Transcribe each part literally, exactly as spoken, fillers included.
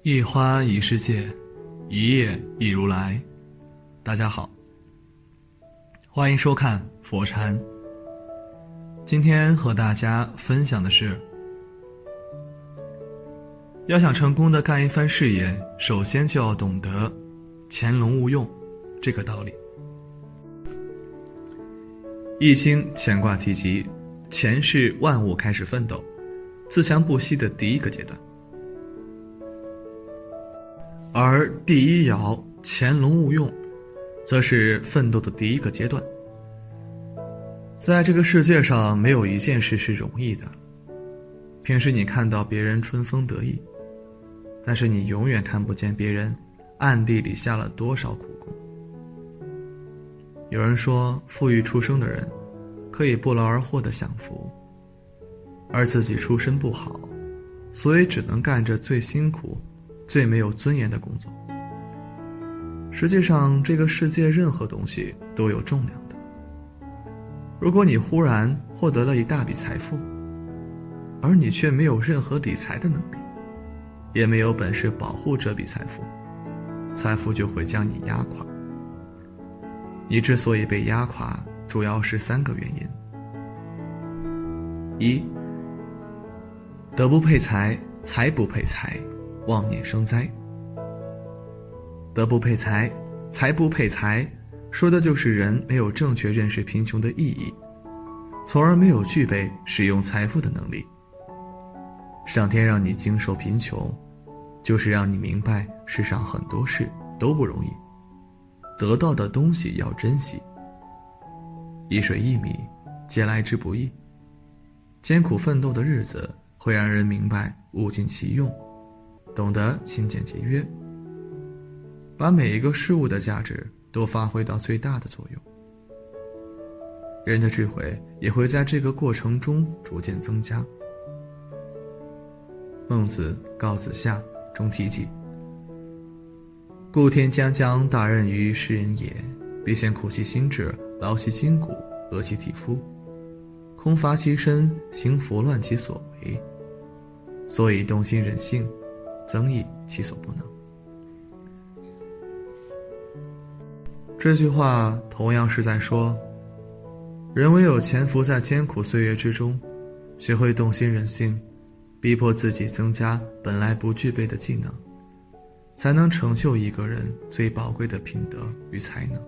一花一世界，一叶一如来。大家好，欢迎收看佛禅。今天和大家分享的是，要想成功的干一番事业，首先就要懂得潜龙勿用这个道理。易经乾卦提及，乾是万物开始奋斗、自强不息的第一个阶段，而第一爻潜龙勿用则是奋斗的第一个阶段。在这个世界上，没有一件事是容易的。平时你看到别人春风得意，但是你永远看不见别人暗地里下了多少苦功。有人说，富裕出生的人可以不劳而获的享福，而自己出身不好，所以只能干着最辛苦最没有尊严的工作。实际上，这个世界任何东西都有重量的。如果你忽然获得了一大笔财富，而你却没有任何理财的能力，也没有本事保护这笔财富，财富就会将你压垮。你之所以被压垮，主要是三个原因：一、德不配财，财不配财，妄念生灾。德不配财，财不配财，说的就是人没有正确认识贫穷的意义，从而没有具备使用财富的能力。上天让你经受贫穷，就是让你明白世上很多事都不容易，得到的东西要珍惜。一水一米，皆来之不易。艰苦奋斗的日子会让人明白物尽其用，懂得勤俭节约，把每一个事物的价值都发挥到最大的作用。人的智慧也会在这个过程中逐渐增加。孟子《告子下》中提及，故天将将大任于世人也，必先苦其心志，劳其筋骨，饿其体肤，空乏其身，行拂乱其所为，所以动心忍性，增益其所不能。这句话同样是在说，人唯有潜伏在艰苦岁月之中，学会动心忍性，逼迫自己增加本来不具备的技能，才能成就一个人最宝贵的品德与才能。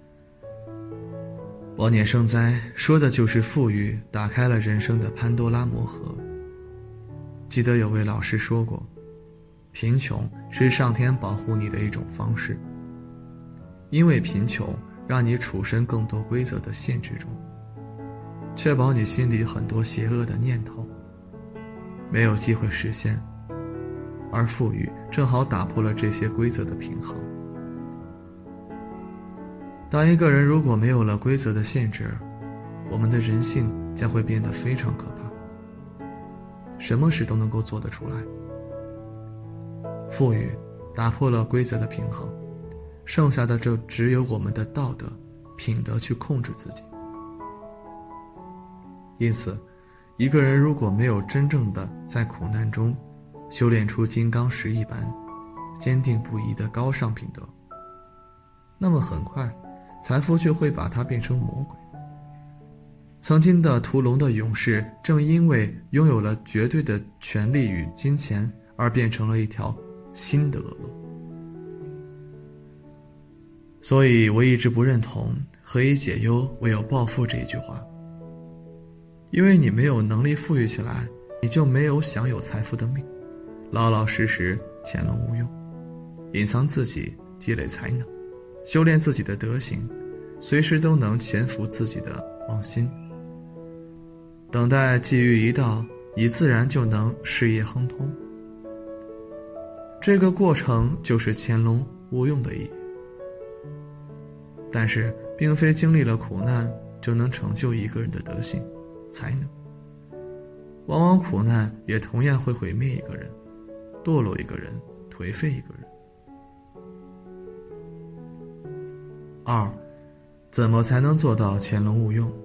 妄念生灾说的就是富裕打开了人生的潘多拉魔盒。记得有位老师说过，贫穷是上天保护你的一种方式，因为贫穷让你处身更多规则的限制中，确保你心里很多邪恶的念头没有机会实现，而富裕正好打破了这些规则的平衡。当一个人如果没有了规则的限制，我们的人性将会变得非常可怕，什么事都能够做得出来。富裕打破了规则的平衡，剩下的就只有我们的道德品德去控制自己。因此，一个人如果没有真正的在苦难中修炼出金刚石一般坚定不移的高尚品德，那么很快财富就会把它变成魔鬼。曾经的屠龙的勇士正因为拥有了绝对的权力与金钱，而变成了一条新的恶路。所以我一直不认同何以解忧唯有暴富这一句话，因为你没有能力富裕起来，你就没有享有财富的命。老老实实潜龙勿用，隐藏自己，积累才能，修炼自己的德行，随时都能潜伏自己的妄心，等待机遇一到，你自然就能事业亨通。这个过程就是潜龙勿用的意义。但是并非经历了苦难就能成就一个人的德行才能，往往苦难也同样会毁灭一个人，堕落一个人，颓废一个人。二，怎么才能做到潜龙勿用？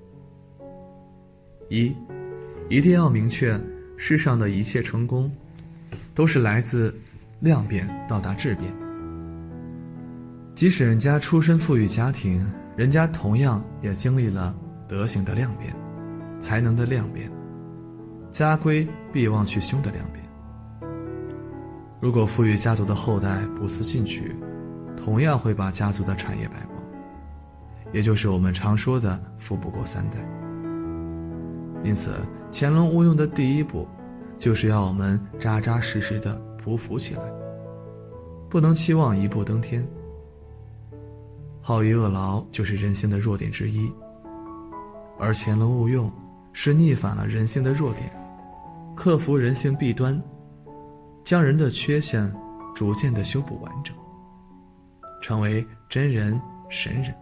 一，一定要明确世上的一切成功都是来自量变到达质变。即使人家出身富裕家庭，人家同样也经历了德行的量变、才能的量变、家规必忘去凶的量变。如果富裕家族的后代不思进取，同样会把家族的产业败光，也就是我们常说的富不过三代。因此潜龙勿用的第一步就是要我们扎扎实实的匍匐起来，不能期望一步登天。好逸恶劳就是人性的弱点之一，而潜龙勿用是逆反了人性的弱点，克服人性弊端，将人的缺陷逐渐的修补完整，成为真人神人。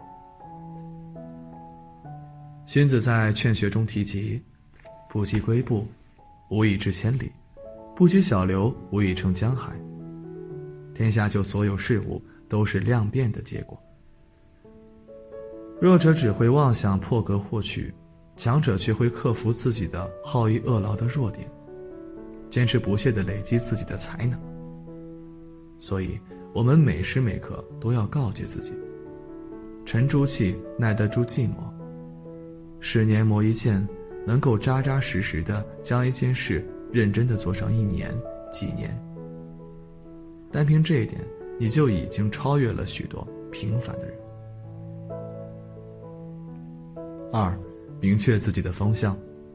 荀子在劝学中提及，不积跬步，无以至千里；不积小流，无以成江海。天下就所有事物都是量变的结果。弱者只会妄想破格获取，强者却会克服自己的好逸恶劳的弱点，坚持不懈地累积自己的才能。所以我们每时每刻都要告诫自己，沉住气，耐得住寂寞，十年磨一剑，能够扎扎实实地将一件事认真地做上一年几年。单凭这一点，你就已经超越了许多平凡的人。二，明确自己的方向。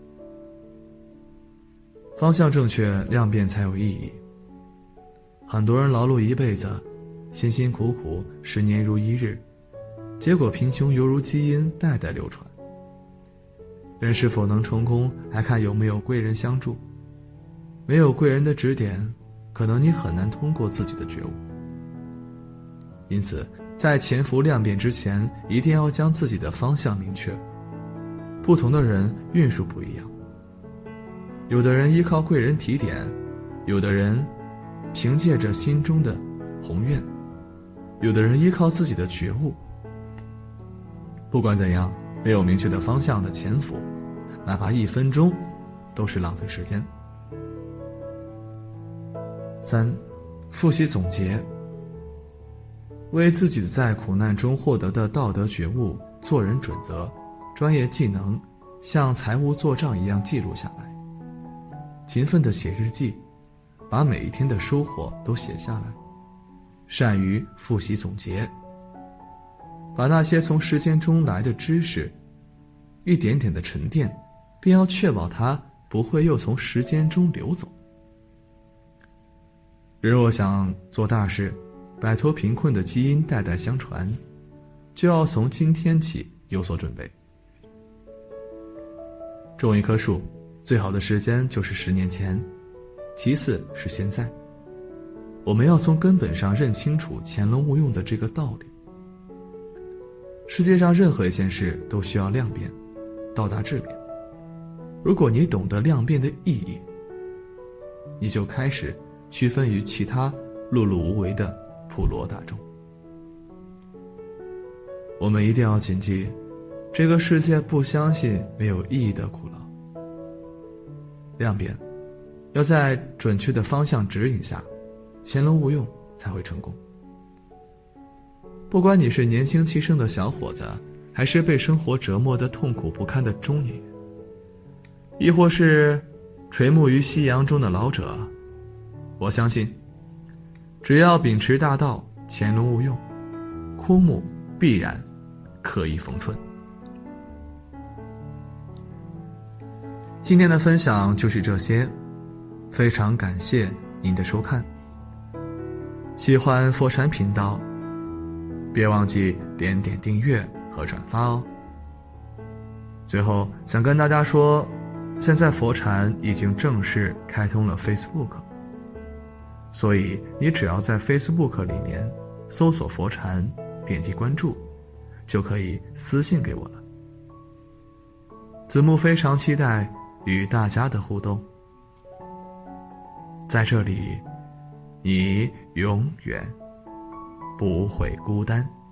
方向正确，量变才有意义。很多人劳碌一辈子，辛辛苦苦，十年如一日，结果贫穷犹如基因，代代流传。人是否能成功，还看有没有贵人相助。没有贵人的指点，可能你很难通过自己的觉悟。因此在潜伏量变之前，一定要将自己的方向明确。不同的人运数不一样，有的人依靠贵人提点，有的人凭借着心中的宏愿，有的人依靠自己的觉悟。不管怎样，没有明确的方向的潜伏，哪怕一分钟都是浪费时间。三，复习总结，为自己在苦难中获得的道德觉悟、做人准则、专业技能，像财务做账一样记录下来，勤奋地写日记，把每一天的收获都写下来，善于复习总结，把那些从实践中来的知识一点点的沉淀，并要确保它不会又从时间中流走。人若想做大事，摆脱贫困的基因代代相传，就要从今天起有所准备。种一棵树，最好的时间就是十年前，其次是现在。我们要从根本上认清楚潜龙勿用的这个道理。世界上任何一件事都需要量变，到达质变。如果你懂得量变的意义，你就开始区分于其他碌碌无为的普罗大众。我们一定要谨记，这个世界不相信没有意义的苦劳。量变要在准确的方向指引下，潜龙勿用才会成功。不管你是年轻气盛的小伙子，还是被生活折磨得痛苦不堪的中年人，亦或是垂暮于夕阳中的老者，我相信只要秉持大道，潜龙勿用，枯木必然可以逢春。今天的分享就是这些，非常感谢您的收看。喜欢佛禅频道，别忘记点点订阅和转发哦。最后想跟大家说，现在佛禅已经正式开通了 Facebook， 所以你只要在 Facebook 里面搜索佛禅，点击关注，就可以私信给我了。子木非常期待与大家的互动，在这里，你永远不会孤单。